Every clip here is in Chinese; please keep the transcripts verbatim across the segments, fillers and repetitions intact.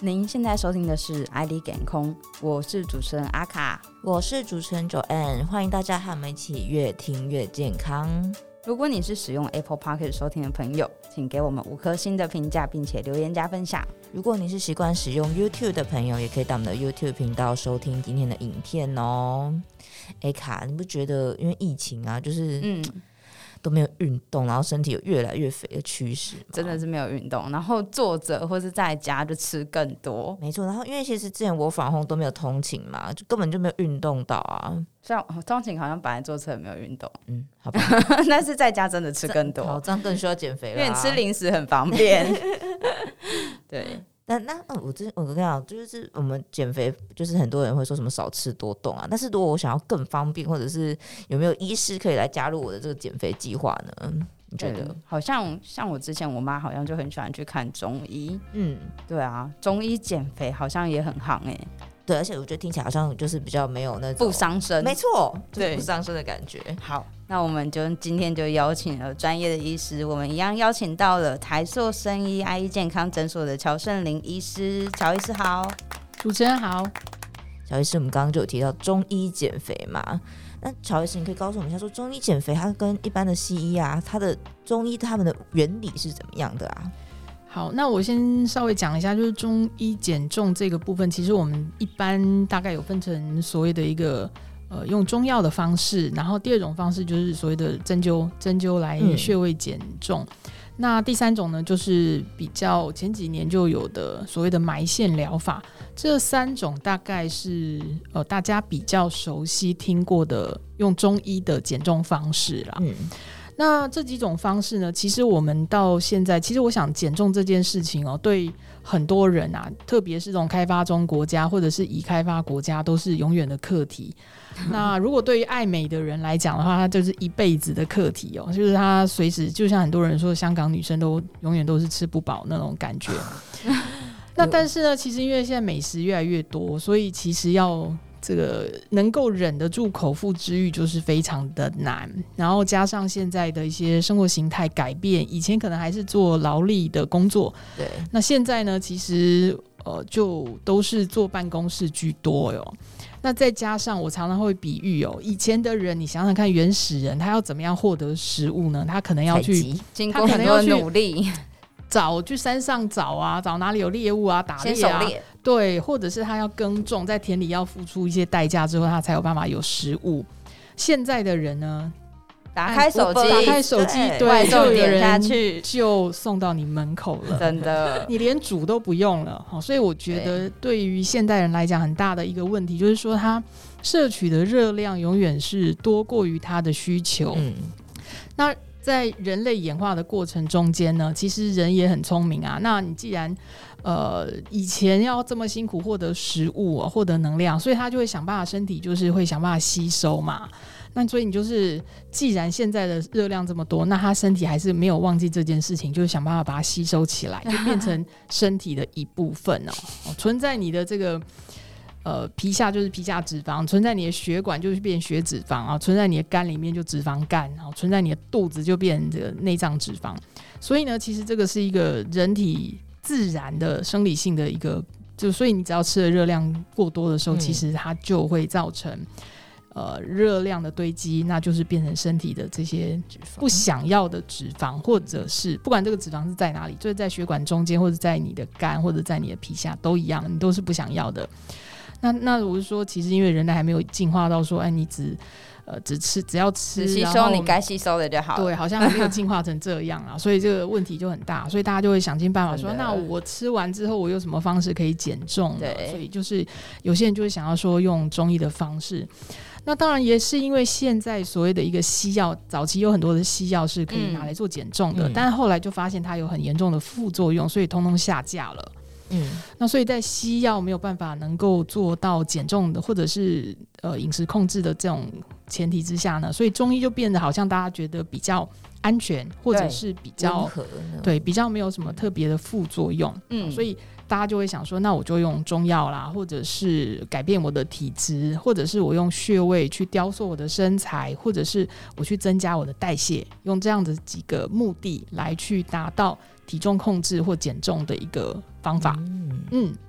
您现在收听的是爱理健康，我是主持人阿卡， 我是主持人 Joanne， 欢迎大家和我们一起越听越健康。 如果你是使用 Apple Podcast 收听的朋友，请给我们五颗星的评价，并且留言加分享。 如果你是习惯使用 YouTube 的朋友，也可以到我们的 YouTube 频道收听今天的影片哦。哎卡，你不觉得因为疫情啊，就是嗯都没有运动，然后身体有越来越肥的趋势？ 真的是没有运动，然后坐着或是在家就吃更多。 没错，然后因为其实之前我返工都没有通勤嘛，就根本就没有运动到啊。 像通勤好像本来坐车也没有运动， 嗯，好吧， 但是在家真的吃更多， 好，这样更需要减肥了、啊， 因为你吃零食很方便。对。 但那、嗯、我之前我跟你讲，就是我们减肥，就是很多人会说什么少吃多动啊。但是如果我想要更方便，或者是有没有医师可以来加入我的这个减肥计划呢？你觉得？ 好像像我之前我妈好像就很喜欢去看中医，嗯，对啊，中医减肥好像也很夯哎、欸。 对，而且我觉得听起来好像就是比较没有那种不伤身， 没错，就是不伤身的感觉。 好，那我们就今天就邀请了专业的医师，我们一样邀请到了台塑生医爱医健康诊所的乔圣琳医师。乔医师好。 主持人好。 乔医师，我们刚刚就有提到中医减肥嘛，那乔医师你可以告诉我们一下，说中医减肥它跟一般的西医啊，它的中医他们的原理是怎么样的啊？ 好，那我先稍微讲一下，就是中医减重这个部分，其实我们一般大概有分成所谓的一个呃用中药的方式，然后第二种方式就是所谓的针灸，针灸来穴位减重、嗯、那第三种呢就是比较前几年就有的所谓的埋线疗法。这三种大概是呃大家比较熟悉听过的用中医的减重方式啦。嗯，那这几种方式呢，其实我们到现在，其实我想减重这件事情哦，对很多人啊，特别是这种开发中国家或者是已开发国家，都是永远的课题。那如果对于爱美的人来讲的话，它就是一辈子的课题哦，就是他随时就像很多人说，香港女生都永远都是吃不饱那种感觉。那但是呢，其实因为现在美食越来越多，所以其实要这个能够忍得住口腹之欲就是非常的难，然后加上现在的一些生活形态改变，以前可能还是做劳力的工作，对，那现在呢其实呃就都是坐办公室居多哟。那再加上我常常会比喻哦，以前的人你想想看，原始人他要怎么样获得食物呢？他可能要去经过很多努力找去山上找啊，找哪里有猎物啊，打猎啊，先狩猎，对，或者是他要耕种，在田里要付出一些代价之后，他才有办法有食物。现在的人呢， 打开手机， 打开手机，对， 对， 就有点下去就送到你门口了， 真的， 你连煮都不用了。所以我觉得对于现代人来讲，很大的一个问题就是说，他摄取的热量永远是多过于他的需求。嗯，那在人类演化的过程中间呢，其实人也很聪明啊。那你既然呃以前要这么辛苦获得食物、啊、获得能量，所以他就会想办法，身体就是会想办法吸收嘛。那所以你就是既然现在的热量这么多，那他身体还是没有忘记这件事情，就是想办法把它吸收起来，就变成身体的一部分哦，哦存在你的这个呃，皮下就是皮下脂肪，存在你的血管就是变血脂肪啊，存在你的肝里面就脂肪肝，然后存在你的肚子就变这个内脏脂肪。所以呢，其实这个是一个人体自然的生理性的一个，就所以你只要吃的热量过多的时候，嗯、其实它就会造成呃热量的堆积，那就是变成身体的这些不想要的脂肪，或者是不管这个脂肪是在哪里，就是在血管中间，或者在你的肝，或者在你的皮下都一样，你都是不想要的。那那我是说，其实因为人类还没有进化到说，哎，你只呃只吃只要吃， 只吸收你该吸收的就好了。 对，好像还没有进化成这样啊，所以这个问题就很大，所以大家就会想尽办法说，那我吃完之后，我有什么方式可以减重呢？对，所以就是有些人就会想要说用中医的方式。那当然也是因为现在所谓的一个西药，早期有很多的西药是可以拿来做减重的，嗯、但是后来就发现它有很严重的副作用，所以通通下架了。嗯，那所以在西药没有办法能够做到减重的，或者是呃饮食控制的这种前提之下呢，所以中医就变得好像大家觉得比较安全，或者是比较 对, 对比较没有什么特别的副作用。嗯，所以大家就会想说，那我就用中药啦，或者是改变我的体质，或者是我用穴位去雕塑我的身材，或者是我去增加我的代谢，用这样的几个目的来去达到体重控制或减重的一个方法。 嗯, 嗯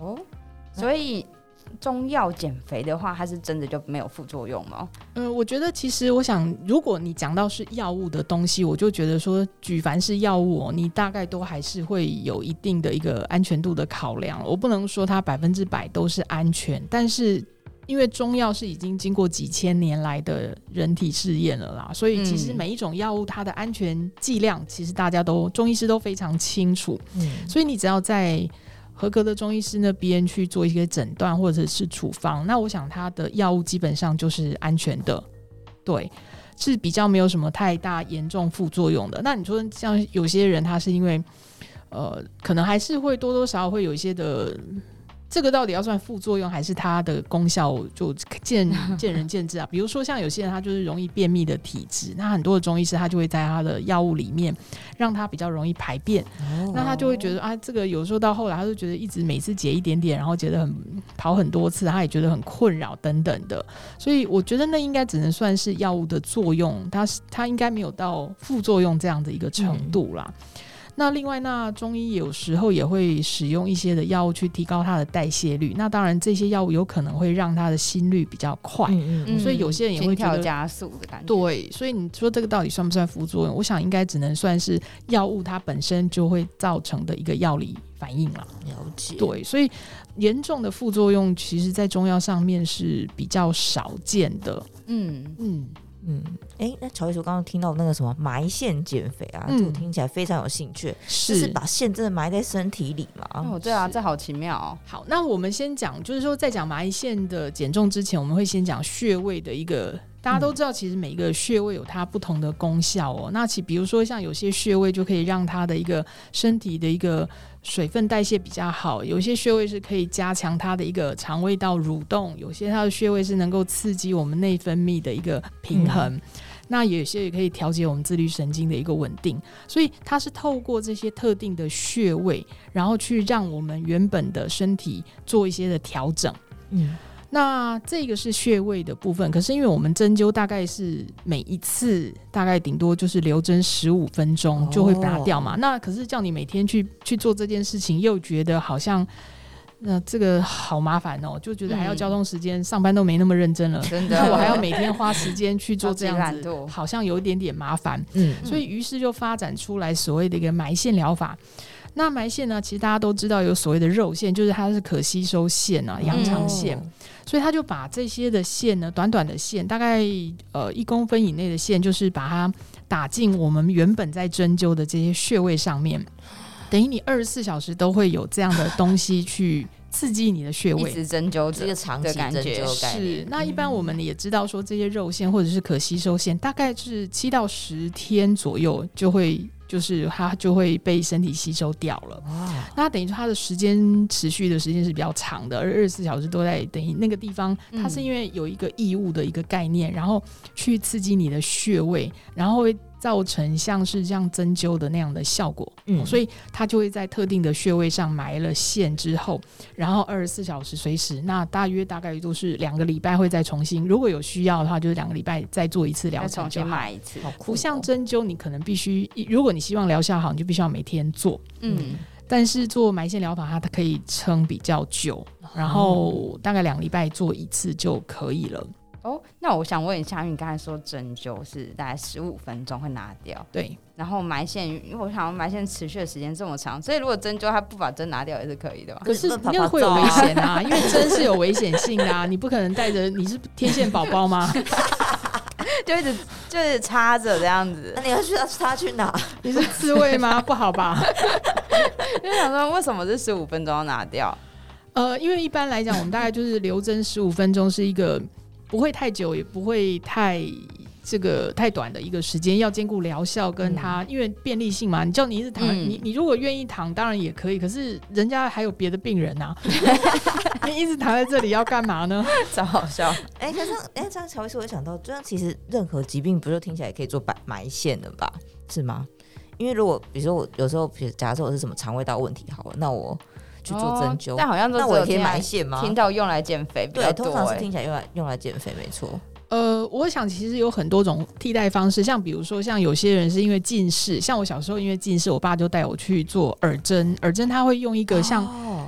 哦，所以中药减肥的话，它是真的就没有副作用吗？ 呃，我觉得其实我想，如果你讲到是药物的东西，我就觉得说，举凡是药物、哦，你大概都还是会有一定的一个安全度的考量。我不能说它百分之百都是安全，但是因为中药是已经经过几千年来的人体试验了啦，所以其实每一种药物它的安全剂量，其实大家都中医师都非常清楚。嗯，所以你只要在合格的中医师那边去做一些诊断或者是处方，那我想他的药物基本上就是安全的，对，是比较没有什么太大严重副作用的。那你说像有些人他是因为呃，可能还是会多多少少会有一些的，这个到底要算副作用还是它的功效，就见见仁见智啊。比如说像有些人他就是容易便秘的体质，那很多的中医师他就会在他的药物里面让他比较容易排便，哦、那他就会觉得啊，这个有时候到后来他就觉得一直每次解一点点，然后觉得很跑很多次，他也觉得很困扰等等的。所以我觉得那应该只能算是药物的作用，它它应该没有到副作用这样的一个程度啦。嗯，那另外，那中医有时候也会使用一些的药物去提高它的代谢率。那当然，这些药物有可能会让它的心率比较快，嗯嗯，所以有些人也会觉得心跳加速的感觉。 对，所以你说这个到底算不算副作用？我想应该只能算是药物它本身就会造成的一个药理反应了。 了解。 对，所以严重的副作用其实在中药上面是比较少见的。嗯嗯。嗯，哎、欸，那乔医师刚刚听到那个什么埋线减肥啊，嗯、这我听起来非常有兴趣，是就是把线真的埋在身体里嘛？ 哦，对啊，这好奇妙哦。 好，那我们先讲，就是说在讲埋线的减重之前，我们会先讲穴位的一个。大家都知道，其实每一个穴位有它不同的功效哦。那其比如说像有些穴位就可以让它的一个身体的一个水分代谢比较好，有些穴位是可以加强它的一个肠胃道蠕动，有些它的穴位是能够刺激我们内分泌的一个平衡。嗯，那有些也可以调节我们自律神经的一个稳定，所以它是透过这些特定的穴位，然后去让我们原本的身体做一些的调整。嗯。那这个是穴位的部分，可是因为我们针灸大概是每一次大概顶多就是留针十五分钟就会拔掉嘛，哦、那可是叫你每天去去做这件事情，又觉得好像那这个好麻烦哦，就觉得还要交通时间，嗯、上班都没那么认真了，真的，那我还要每天花时间去做这样子，好像有一点点麻烦。嗯，所以于是就发展出来所谓的一个埋线疗法。那埋线呢，其实大家都知道有所谓的肉线，就是它是可吸收线啊，羊肠线，嗯、所以他就把这些的线呢，短短的线，大概呃一公分以内的线，就是把它打进我们原本在针灸的这些穴位上面，等于你二十四小时都会有这样的东西去刺激你的穴位， 一直针灸这个长期针灸的概念。 是，那一般我们也知道说，这些肉线或者是可吸收线，大概是七到十天左右就会。就是它就会被身体吸收掉了，那等于说它的时间持续的时间是比较长的，而二十四小时都在等于那个地方，它是因为有一个异物的一个概念，然后去刺激你的穴位，然后会造成像是像针灸的那样的效果，嗯，所以它就会在特定的穴位上埋了线之后，然后二十四小时随时，那大约大概都是两个礼拜会再重新，如果有需要的话，就是两个礼拜再做一次疗程就好， 买一次。 不像针灸，你可能必须，如果你希望疗效好，你就必须要每天做，嗯。但是做埋线疗法，它可以撑比较久，然后大概两礼拜做一次就可以了。 哦，那我想问一下，因为你刚才说针灸是大概十五分钟会拿掉， 对， 然后埋线，因为我想埋线持续的时间这么长，所以如果针灸它不把针拿掉也是可以的吧？ 可是那样会有危险啊，因为针是有危险性的啊，你不可能带着，你是天线宝宝吗？ 就一直就是插着这样子， 那你要去插去哪？ 你是刺猬吗？不好吧？ 就想说为什么这十五分钟要拿掉？ 呃，因为一般来讲，我们大概就是留针十五分钟是一个。不会太久，也不会太这个太短的一个时间，要兼顾疗效跟它，嗯、因为便利性嘛。你叫你一直躺，嗯、你你如果愿意躺，当然也可以。可是人家还有别的病人啊，你一直躺在这里要干嘛呢？ 超好笑。 哎、欸，可是哎，这样乔医师我想到，这样其实任何疾病，不就听起来也可以做埋线的吧？是吗？因为如果比如说我有时候，假设我是什么肠胃道问题好了，那我。去做针灸、哦， 但好像那我也可以埋线吗？ 听到用来减肥比较多， 对，通常是听起来用来用来减肥，没错。 呃，我想其实有很多种替代方式，像比如说，像有些人是因为近视，像我小时候因为近视，我爸就带我去做耳针，耳针他会用一个像、哦、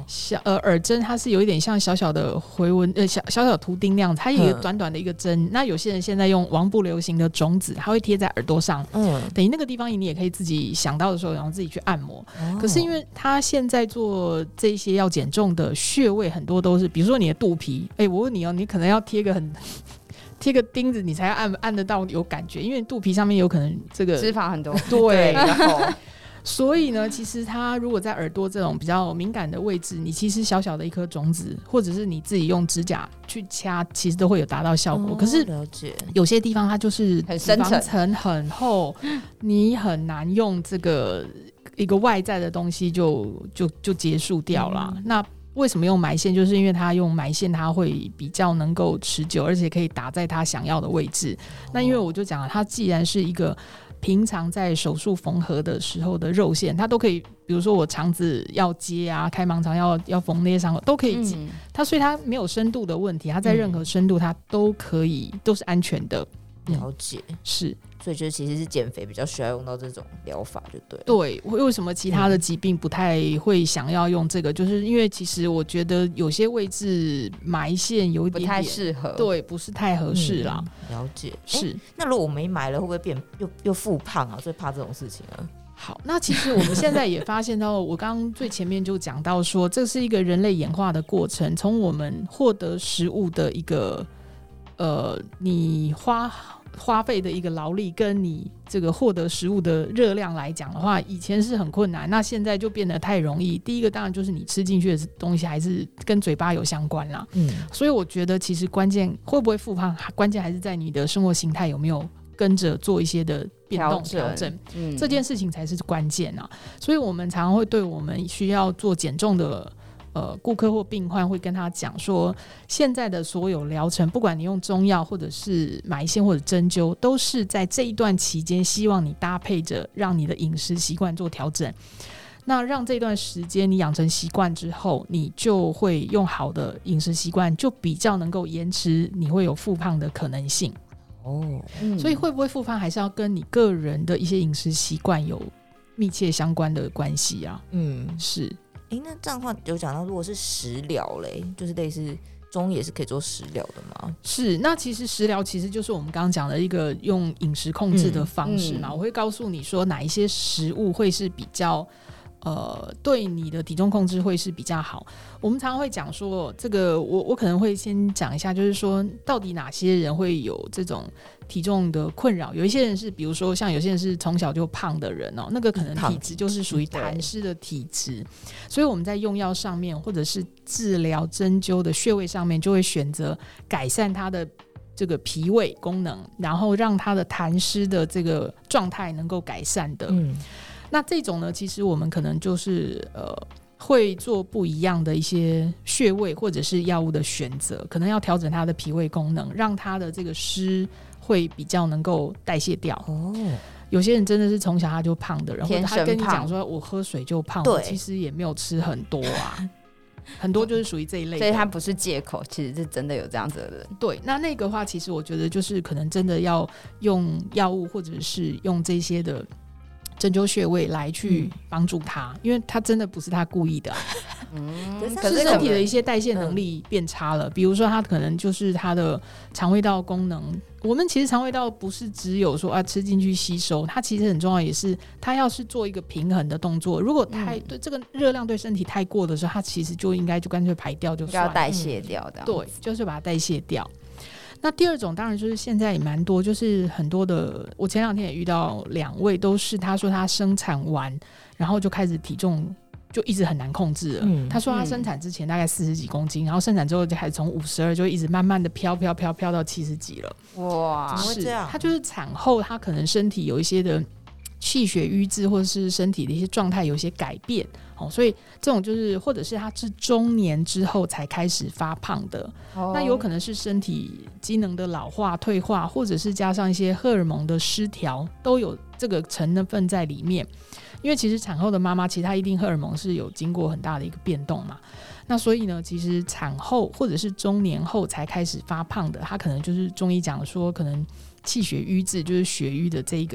小呃耳针它是有一点像小小的回纹呃小小小图钉那样子，它有一个短短的一个针。那有些人现在用王不流行的种子，它会贴在耳朵上，嗯，等于那个地方你也可以自己想到的时候，然后自己去按摩。哦、可是因为它现在做这些要减重的穴位很多都是，比如说你的肚皮，哎、欸，我问你哦，你可能要贴个很。贴个钉子你才按按得到有感觉，因为肚皮上面有可能这个脂肪很多， 对，然后所以呢，其实它如果在耳朵这种比较敏感的位置，你其实小小的一颗种子，或者是你自己用指甲去掐，其实都会有达到效果。哦、可是了解， 有些地方它就是很深层层很厚，你很难用这个一个外在的东西就就就结束掉了。嗯、那为什么用埋线？就是因为它用埋线，它会比较能够持久，而且可以打在它想要的位置。哦、那因为我就讲了，它既然是一个平常在手术缝合的时候的肉线，它都可以，比如说我肠子要接啊，开盲肠要要缝那些伤口都可以接。嗯、它所以它没有深度的问题，它在任何深度它都可以，嗯、都是安全的。 了解， 嗯、是。 所以就其实是减肥比较需要用到这种疗法就对了。 对，为什么其他的疾病不太会想要用这个？嗯、就是因为其实我觉得有些位置埋线有一点点不太适合， 对，不是太合适啦。 嗯、了解， 是、欸。 那如果我没埋了，会不会变又又复胖啊？所以怕这种事情啊。 好，那其实我们现在也发现到，我刚刚最前面就讲到说，这是一个人类演化的过程，从我们获得食物的一个呃，你花。花费的一个劳力跟你这个获得食物的热量来讲的话，以前是很困难，那现在就变得太容易。第一个当然就是你吃进去的东西还是跟嘴巴有相关啦，嗯，所以我觉得其实关键会不会复胖，关键还是在你的生活形态有没有跟着做一些的变动调整，嗯，这件事情才是关键啊。所以我们常常会对我们需要做减重的呃，顾客或病患会跟他讲说，现在的所有疗程，不管你用中药或者是埋线或者针灸，都是在这一段期间希望你搭配着让你的饮食习惯做调整。那让这段时间你养成习惯之后，你就会用好的饮食习惯，就比较能够延迟你会有复胖的可能性。哦，嗯、所以会不会复胖还是要跟你个人的一些饮食习惯有密切相关的关系啊。嗯，是。 欸、那这样的话有讲到，如果是食疗嘞，就是类似中医也是可以做食疗的吗？ 是，那其实食疗其实就是我们刚刚讲的一个用饮食控制的方式嘛。嗯嗯、我会告诉你说哪一些食物会是比较呃对你的体重控制会是比较好。我们常常会讲说，这个我我可能会先讲一下，就是说到底哪些人会有这种体重的困扰。有一些人是比如说像有些人是从小就胖的人哦，那个可能体质就是属于痰湿的体质，所以我们在用药上面或者是治疗针灸的穴位上面就会选择改善他的这个脾胃功能，然后让他的痰湿的这个状态能够改善的。嗯，那这种呢其实我们可能就是呃会做不一样的一些穴位或者是药物的选择，可能要调整它的脾胃功能，让它的这个湿会比较能够代谢掉。哦，有些人真的是从小他就胖的人，或者他跟你讲说我喝水就胖，我其实也没有吃很多啊。很多就是属于这一类的， 所以它不是借口，其实是真的有这样子的人。 对，那那个话其实我觉得就是可能真的要用药物或者是用这些的针灸穴位来去帮助他，嗯、因为他真的不是他故意的、啊，嗯，可是身体的一些代谢能力变差了，嗯、比如说他可能就是他的肠胃道功能。我们其实肠胃道不是只有说啊吃进去吸收，它其实很重要，也是它要是做一个平衡的动作。如果太、嗯、对这个热量对身体太过的时候，它其实就应该就干脆排掉就算了， 要代谢掉的、嗯。 对，就是把它代谢掉。那第二种当然就是现在也蛮多，就是很多的，我前两天也遇到两位，都是他说他生产完，然后就开始体重就一直很难控制了。嗯、他说他生产之前大概四十几公斤，然后生产之后就开始从五十二就一直慢慢的飘飘飘飘到七十几了。 哇，怎么会这样？ 他就是产后他可能身体有一些的气血瘀滞，或者是身体的一些状态有一些改变。哦、所以这种就是或者是他是中年之后才开始发胖的、哦、那有可能是身体机能的老化退化，或者是加上一些荷尔蒙的失调，都有这个成分在里面。因为其实产后的妈妈其实她一定荷尔蒙是有经过很大的一个变动嘛，那所以呢其实产后或者是中年后才开始发胖的，她可能就是中医讲说可能气血瘀滞，就是血瘀的这个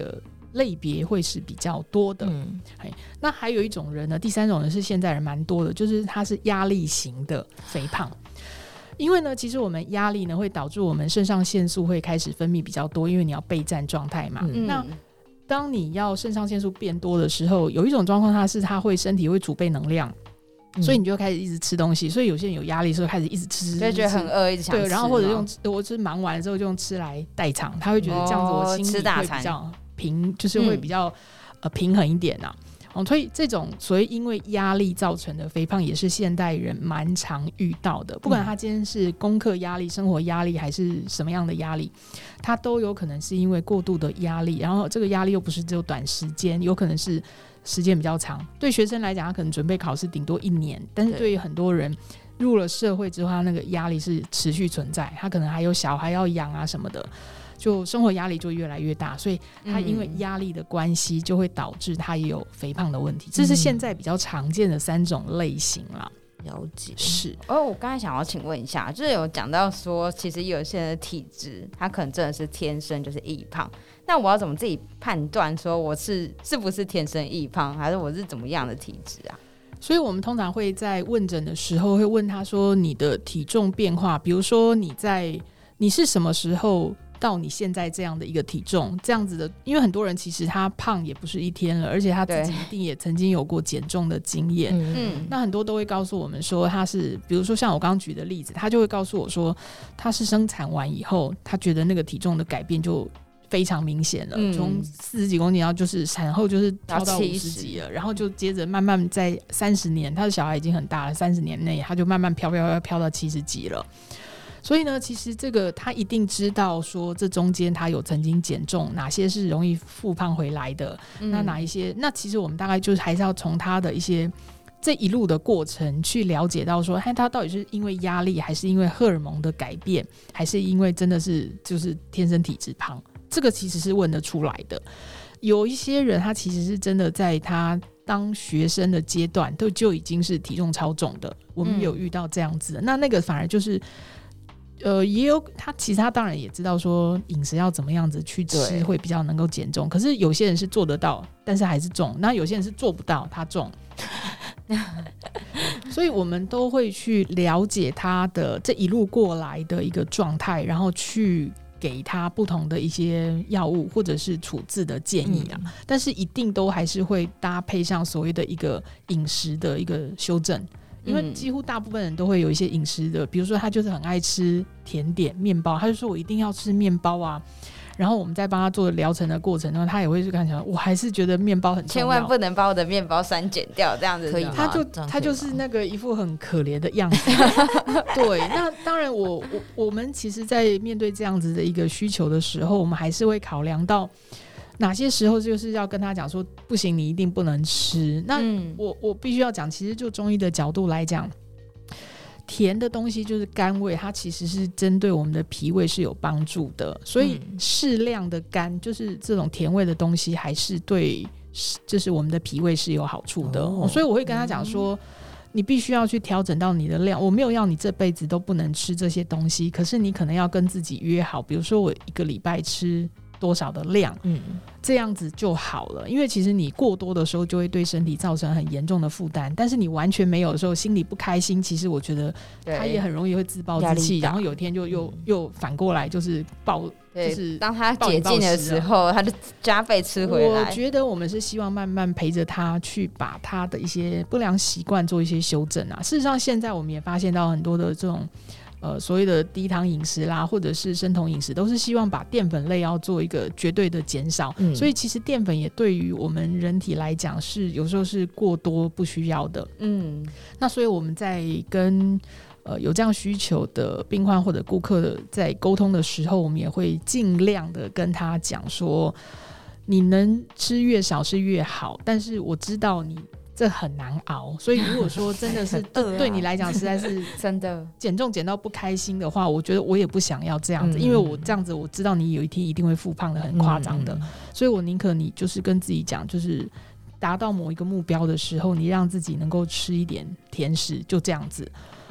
类别会是比较多的。嗯，那还有一种人呢，第三种人是现在人蛮多的，就是他是压力型的肥胖。因为呢，其实我们压力呢会导致我们肾上腺素会开始分泌比较多，因为你要备战状态嘛。嗯、那当你要肾上腺素变多的时候，有一种状况它是它会身体会储备能量。所以你就开始一直吃东西，所以有些人有压力的时候开始一直吃， 就觉得很饿，一直想吃。 对，然后或者用我就是忙完了之后就用吃来代偿，他会觉得这样子我心里会比较平，就是会比较、嗯、呃平衡一点啊。哦，所以这种所谓因为压力造成的肥胖也是现代人蛮常遇到的，不管他今天是功课压力、生活压力还是什么样的压力，他都有可能是因为过度的压力，然后这个压力又不是只有短时间，有可能是时间比较长。对学生来讲，他可能准备考试顶多一年，但是对于很多人入了社会之后，他那个压力是持续存在，他可能还有小孩要养啊什么的，就生活压力就越来越大，所以他因为压力的关系就会导致他也有肥胖的问题、嗯、这是现在比较常见的三种类型啦。 了解。 是哦，我刚才想要请问一下，就是有讲到说其实有些人的体质他可能真的是天生就是易胖，那我要怎么自己判断说我是是不是天生易胖，还是我是怎么样的体质啊？ 所以我们通常会在问诊的时候会问他说你的体重变化，比如说你在你是什么时候到你现在这样的一个体重，这样子的，因为很多人其实他胖也不是一天了，而且他自己一定也曾经有过减重的经验。嗯，那很多都会告诉我们说他是，比如说像我刚刚举的例子，他就会告诉我说他是生产完以后，他觉得那个体重的改变就非常明显了，从四十几公斤，然后就是产后就是跳到五十几了，然后就接着慢慢在三十年，他的小孩已经很大了，三十年内他就慢慢飘飘飘飘到七十几了。所以呢，其实这个他一定知道说这中间他有曾经减重，哪些是容易复胖回来的、嗯、那哪一些，那其实我们大概就是还是要从他的一些这一路的过程去了解到说他到底是因为压力，还是因为荷尔蒙的改变，还是因为真的是就是天生体质胖，这个其实是问得出来的。有一些人他其实是真的在他当学生的阶段都就已经是体重超重的，我们有遇到这样子的、嗯、那那个反而就是呃，也有他其实他当然也知道说饮食要怎么样子去吃会比较能够减重，可是有些人是做得到但是还是重，那有些人是做不到他重所以我们都会去了解他的这一路过来的一个状态，然后去给他不同的一些药物或者是处置的建议啊、嗯、但是一定都还是会搭配上所谓的一个饮食的一个修正，因为几乎大部分人都会有一些饮食的，比如说他就是很爱吃甜点面包，他就说我一定要吃面包啊，然后我们在帮他做疗程的过程中，他也会去看起来我还是觉得面包很重要， 千万不能把我的面包删减掉，这样子可以吗？ 他就他就是那个一副很可怜的样子对，那当然我我我们其实在面对这样子的一个需求的时候，我们还是会考量到哪些时候就是要跟他讲说不行你一定不能吃。那我我必须要讲，其实就中医的角度来讲，甜的东西就是甘味，它其实是针对我们的脾胃是有帮助的，所以适量的甘就是这种甜味的东西还是对就是我们的脾胃是有好处的、哦、所以我会跟他讲说、嗯、你必须要去调整到你的量，我没有要你这辈子都不能吃这些东西，可是你可能要跟自己约好，比如说我一个礼拜吃多少的量、嗯、这样子就好了，因为其实你过多的时候就会对身体造成很严重的负担，但是你完全没有的时候心里不开心，其实我觉得他也很容易会自暴自弃，然后有一天就又、嗯、又反过来就是暴，就是当他解禁的时候他就加倍吃回来。 我觉得我们是希望慢慢陪着他去把他的一些不良习惯做一些修正啊。事实上现在我们也发现到很多的这种呃，所谓的低糖饮食啦，或者是生酮饮食，都是希望把淀粉类要做一个绝对的减少、嗯、所以其实淀粉也对于我们人体来讲是有时候是过多不需要的。嗯，那所以我们在跟呃有这样需求的病患或者顾客的在沟通的时候，我们也会尽量的跟他讲说你能吃越少是越好，但是我知道你这很难熬，所以如果说真的是对你来讲实在是真的减重减到不开心的话，我觉得我也不想要这样子、嗯、因为我这样子我知道你有一天一定会复胖的很夸张的、嗯、所以我宁可你就是跟自己讲，就是达到某一个目标的时候，你让自己能够吃一点甜食，就这样子。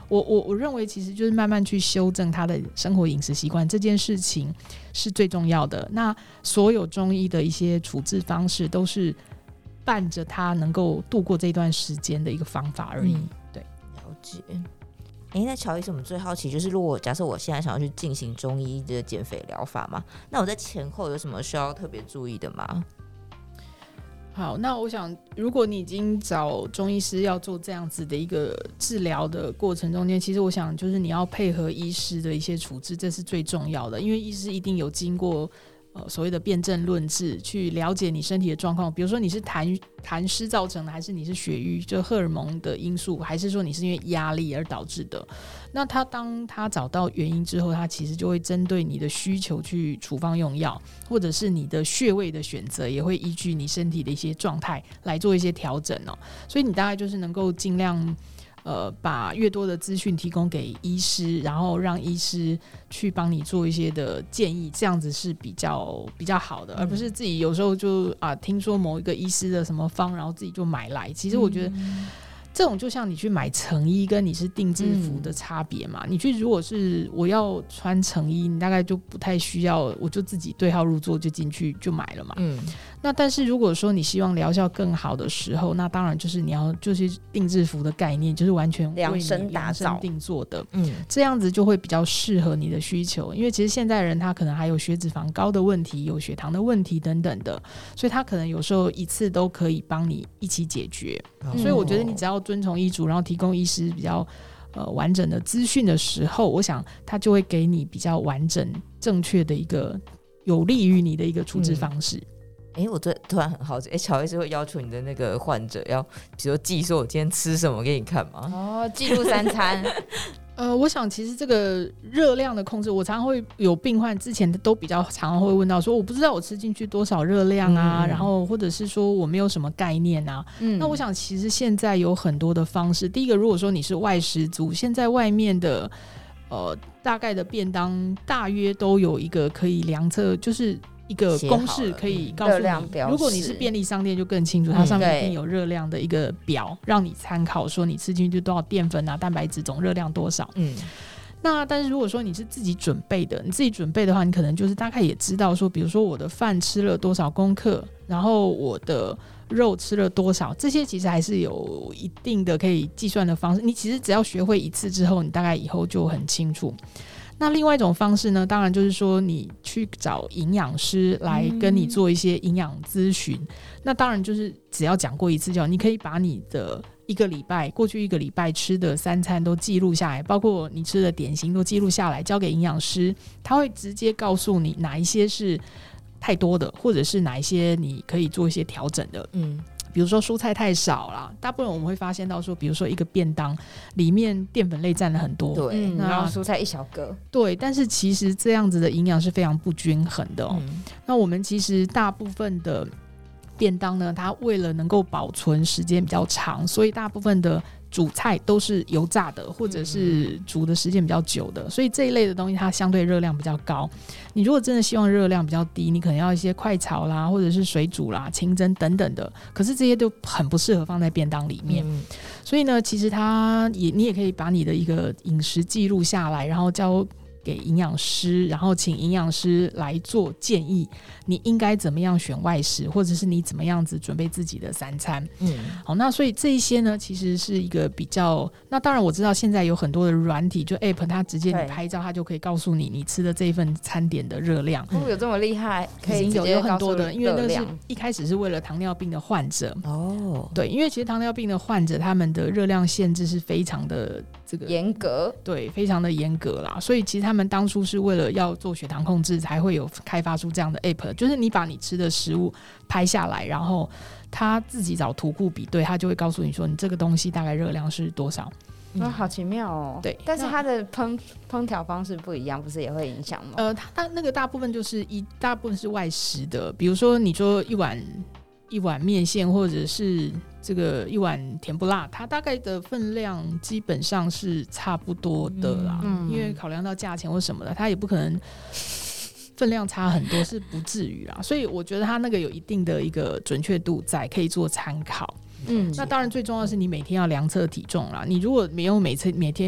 我我我认为其实就是慢慢去修正他的生活饮食习惯，这件事情是最重要的。那所有中医的一些处置方式都是伴着他能够度过这段时间的一个方法而已。嗯、对， 了解。哎，那乔医生，我们最好奇就是，如果假设我现在想要去进行中医的减肥疗法嘛，那我在前后有什么需要特别注意的吗？ 好，那我想，如果你已经找中医师要做这样子的一个治疗的过程中间，其实我想就是你要配合医师的一些处置，这是最重要的，因为医师一定有经过呃所谓的辨证论治，去了解你身体的状况，比如说你是痰痰湿造成的，还是你是血瘀，就荷尔蒙的因素，还是说你是因为压力而导致的。那他当他找到原因之后，他其实就会针对你的需求去处方用药，或者是你的穴位的选择也会依据你身体的一些状态来做一些调整哦。所以你大概就是能够尽量呃把越多的资讯提供给医师，然后让医师去帮你做一些的建议，这样子是比较比较好的，而不是自己有时候就啊听说某一个医师的什么方，然后自己就买来。其实我觉得、嗯这种就像你去买成衣跟你是定制服的差别嘛、嗯、你去如果是我要穿成衣，你大概就不太需要，我就自己对号入座就进去就买了嘛。嗯，那但是如果说你希望疗效更好的时候，那当然就是你要就是定制服的概念，就是完全为你量身定做的，嗯，这样子就会比较适合你的需求。因为其实现在人他可能还有血脂肪高的问题，有血糖的问题等等的，所以他可能有时候一次都可以帮你一起解决、嗯、所以我觉得你只要遵从医嘱，然后提供医师比较呃完整的资讯的时候，我想他就会给你比较完整正确的一个有利于你的一个处置方式。 哎、嗯，我突然很好奇，哎，乔医师会要求你的那个患者要，比如说记说我今天吃什么给你看吗？ 哦，记录三餐。 呃，我想其实这个热量的控制，我常常会有病患之前都比较常常会问到说，我不知道我吃进去多少热量啊、嗯、然后或者是说我没有什么概念啊、嗯、那我想其实现在有很多的方式。第一个，如果说你是外食族，现在外面的呃大概的便当大约都有一个可以量测，就是一个公式可以告诉你，如果你是便利商店就更清楚，它上面一定有热量的一个表、嗯、让你参考，说你吃进去多少淀粉啊、蛋白质总热量多少。嗯，那但是如果说你是自己准备的，你自己准备的话，你可能就是大概也知道说，比如说我的饭吃了多少公克，然后我的肉吃了多少，这些其实还是有一定的可以计算的方式。你其实只要学会一次之后，你大概以后就很清楚。那另外一种方式呢，当然就是说你去找营养师来跟你做一些营养咨询、嗯、那当然就是只要讲过一次就好，你可以把你的一个礼拜过去一个礼拜吃的三餐都记录下来，包括你吃的点心都记录下来，交给营养师，他会直接告诉你哪一些是太多的，或者是哪一些你可以做一些调整的。嗯，比如说蔬菜太少啦，大部分我们会发现到说，比如说一个便当里面淀粉类占了很多， 对、嗯，然后蔬菜一小个， 对，但是其实这样子的营养是非常不均衡的哦、嗯。那我们其实大部分的便当呢，它为了能够保存时间比较长，所以大部分的主菜都是油炸的，或者是煮的时间比较久的，所以这一类的东西它相对热量比较高。你如果真的希望热量比较低，你可能要一些快炒啦，或者是水煮啦、清蒸等等的，可是这些都很不适合放在便当里面、嗯、所以呢其实它也你也可以把你的一个饮食记录下来，然后交给营养师，然后请营养师来做建议，你应该怎么样选外食，或者是你怎么样子准备自己的三餐。嗯，好，那所以这一些呢其实是一个比较，那当然我知道现在有很多的软体，就 App 它直接你拍照它就可以告诉你你吃的这一份餐点的热量。 哦，有这么厉害？可以已经 有, 有很多的，因为那是一开始是为了糖尿病的患者。哦，对，因为其实糖尿病的患者他们的热量限制是非常的这个严格， 对，非常的严格啦，所以其实他们他们当初是为了要做血糖控制才会有开发出这样的 app， 就是你把你吃的食物拍下来，然后他自己找图库比对，他就会告诉你说你这个东西大概热量是多少。 嗯哦、好奇妙哦。 对， 但是它的烹烹调方式不一样，不是也会影响吗？ 呃，它那个大部分就是一大部分是外食的，比如说你说一碗一碗面线或者是这个一碗甜不辣，它大概的分量基本上是差不多的啦、嗯、因为考量到价钱或什么的，它也不可能分量差很多，是不至于啦，所以我觉得它那个有一定的一个准确度在，可以做参考。嗯，那当然最重要的是你每天要量测体重啦，你如果没有每次每天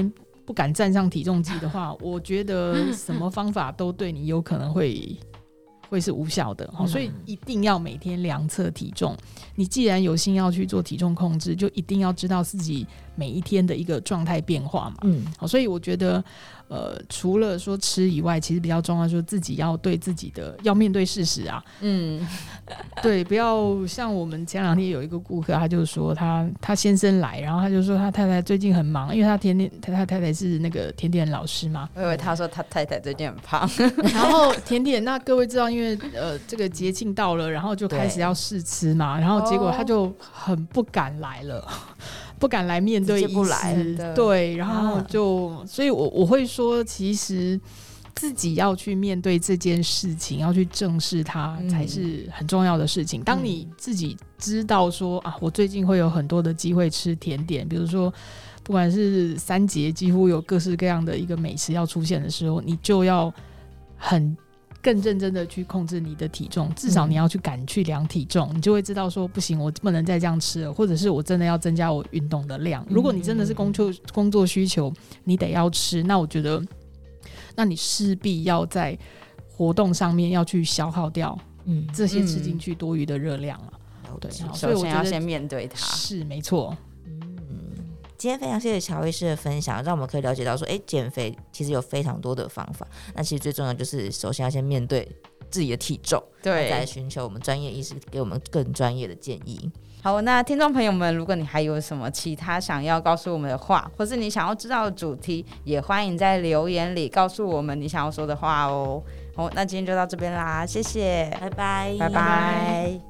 不敢站上体重机的话，我觉得什么方法都对你有可能会会是无效的、嗯、所以一定要每天量测体重。你既然有心要去做体重控制，就一定要知道自己每一天的一个状态变化嘛。嗯，所以我觉得呃，除了说吃以外，其实比较重要就是自己要对自己的要面对事实啊。嗯，对，不要像我们前两天有一个顾客，他就说他他先生来，然后他就说他太太最近很忙，因为他甜点他他太太是那个甜点老师嘛。 我以为他说他太太最近很胖， 然后甜点那各位知道，因为呃这个节庆到了，然后就开始要试吃嘛，然后结果他就很不敢来了。不敢来面对医师，不来对，然后就、啊、所以我我会说，其实自己要去面对这件事情，要去正视它，才是很重要的事情。嗯、当你自己知道说啊，我最近会有很多的机会吃甜点，比如说不管是三节几乎有各式各样的一个美食要出现的时候，你就要很更认真的去控制你的体重，至少你要去敢去量体重、嗯、你就会知道说不行，我不能再这样吃了，或者是我真的要增加我运动的量。如果你真的是工作工作需求你得要吃，那我觉得那你势必要在活动上面要去消耗掉这些吃进去多余的热量了、 嗯、对，所以我觉得要先面对它， 是没错。 今天非常谢谢乔医师的分享，让我们可以了解到说，哎，减肥其实有非常多的方法。那其实最重要就是首先要先面对自己的体重，对，再来寻求我们专业医师给我们更专业的建议。 好，那听众朋友们，如果你还有什么其他想要告诉我们的话，或是你想要知道的主题，也欢迎在留言里告诉我们你想要说的话哦。好，那今天就到这边啦，谢谢， 拜拜， 拜拜。